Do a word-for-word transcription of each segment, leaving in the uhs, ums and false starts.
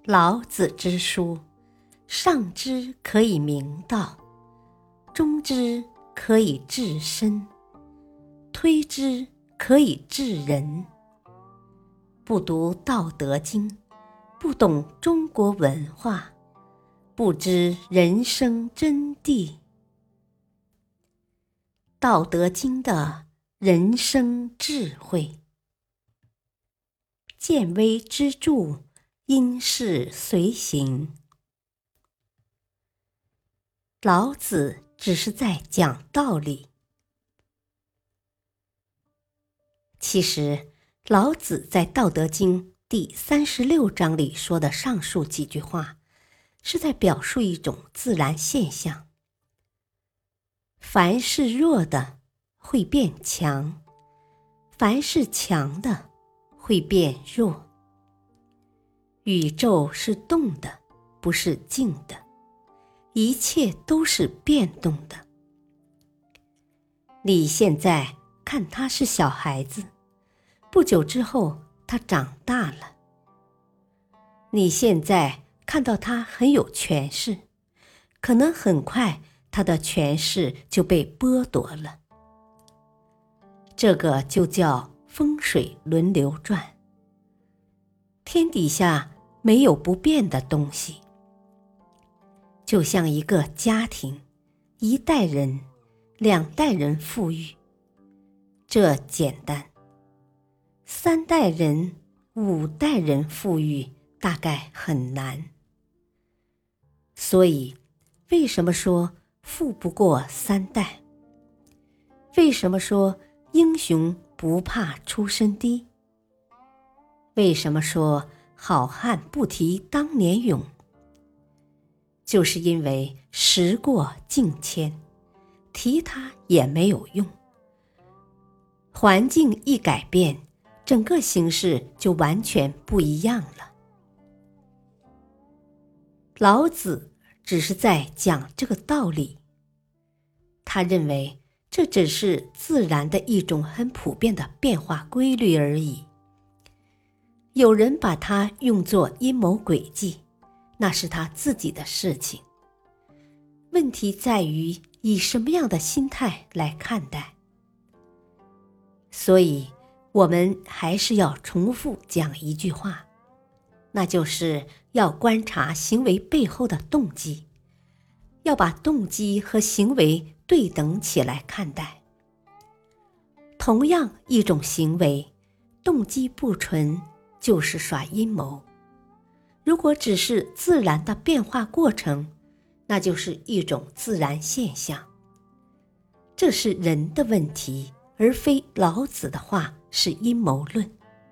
老子之书，上之可以明道，中之可以治身，推之可以治人。不读《道德经》，不懂中国文化，不知人生真谛。《道德经》的人生智慧：见微知著，因势随行。老子只是在讲道理。其实，老子在《道德经》第三十六章里说的上述几句话，是在表述一种自然现象。凡是弱的会变强，凡是强的会变弱。宇宙是动的，不是静的，一切都是变动的。你现在看他是小孩子，不久之后他长大了。你现在看到他很有权势，可能很快他的权势就被剥夺了。这个就叫风水轮流转。天底下没有不变的东西。就像一个家庭，一代人、两代人富裕，这简单。三代人、五代人富裕，大概很难。所以，为什么说富不过三代？为什么说英雄不怕出身低？为什么说好汉不提当年勇？就是因为时过境迁，提它也没有用。环境一改变，整个形势就完全不一样了。老子只是在讲这个道理。他认为这只是自然的一种很普遍的变化规律而已。有人把它用作阴谋诡计，那是他自己的事情。问题在于以什么样的心态来看待。所以，我们还是要重复讲一句话，那就是要观察行为背后的动机，要把动机和行为对等起来看待。同样一种行为，动机不纯，就是耍阴谋。如果只是自然的变化过程，那就是一种自然现象。这是人的问题，而非老子的话是阴谋论。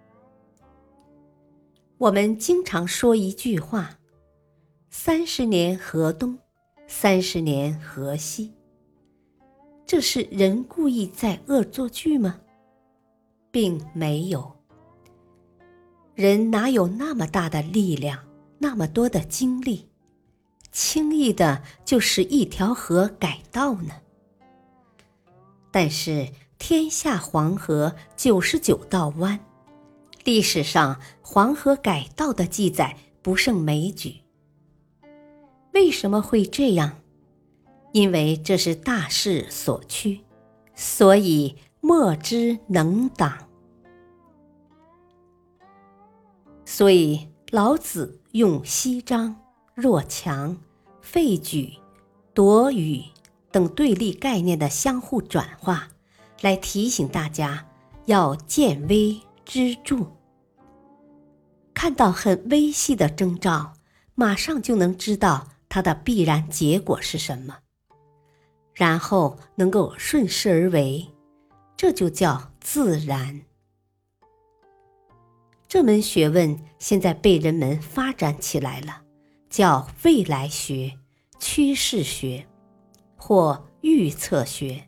我们经常说一句话：三十年河东，三十年河西。这是人故意在恶作剧吗？并没有。人哪有那么大的力量，那么多的精力，轻易的就使一条河改道呢？但是天下黄河九十九道弯，历史上黄河改道的记载不胜枚举。为什么会这样？因为这是大势所趋，所以莫之能挡。所以老子用西张、弱强、废举、夺羽等对立概念的相互转化，来提醒大家要见微知著。看到很微细的征兆，马上就能知道它的必然结果是什么，然后能够顺势而为，这就叫自然。这门学问现在被人们发展起来了，叫未来学、趋势学或预测学。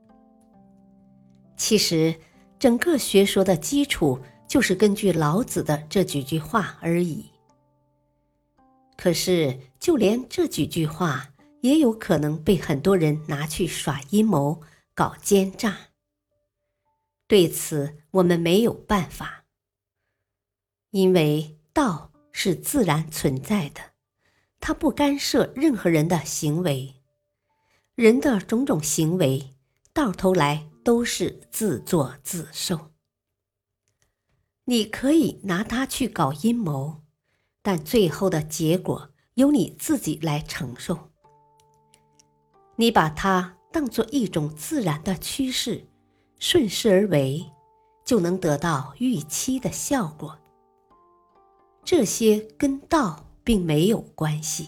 其实，整个学说的基础就是根据老子的这几句话而已。可是，就连这几句话，也有可能被很多人拿去耍阴谋、搞奸诈。对此，我们没有办法。因为道是自然存在的，它不干涉任何人的行为。人的种种行为，到头来都是自作自受。你可以拿它去搞阴谋，但最后的结果由你自己来承受。你把它当作一种自然的趋势，顺势而为，就能得到预期的效果。这些跟道并没有关系。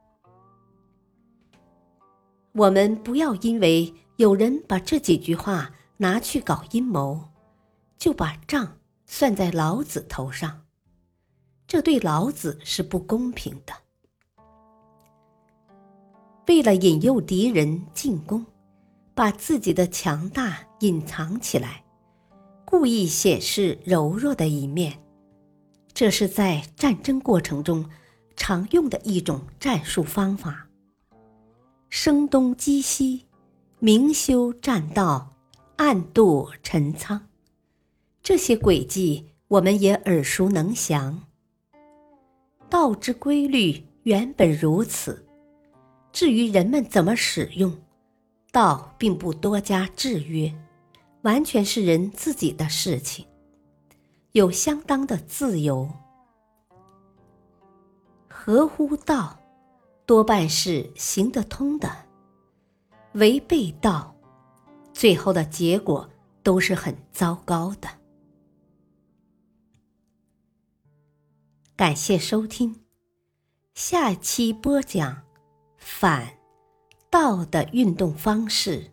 我们不要因为有人把这几句话拿去搞阴谋，就把账算在老子头上，这对老子是不公平的。为了引诱敌人进攻，把自己的强大隐藏起来，故意显示柔弱的一面，这是在战争过程中常用的一种战术方法。声东击西，明修栈道，暗度陈仓，这些诡计我们也耳熟能详。道之规律原本如此，至于人们怎么使用，道并不多加制约，完全是人自己的事情，有相当的自由。合乎道，多半是行得通的；违背道，最后的结果都是很糟糕的。感谢收听，下期播讲反道的运动方式。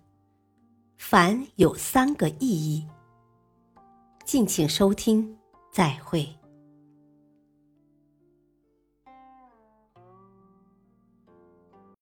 反有三个意义，敬请收听，再会。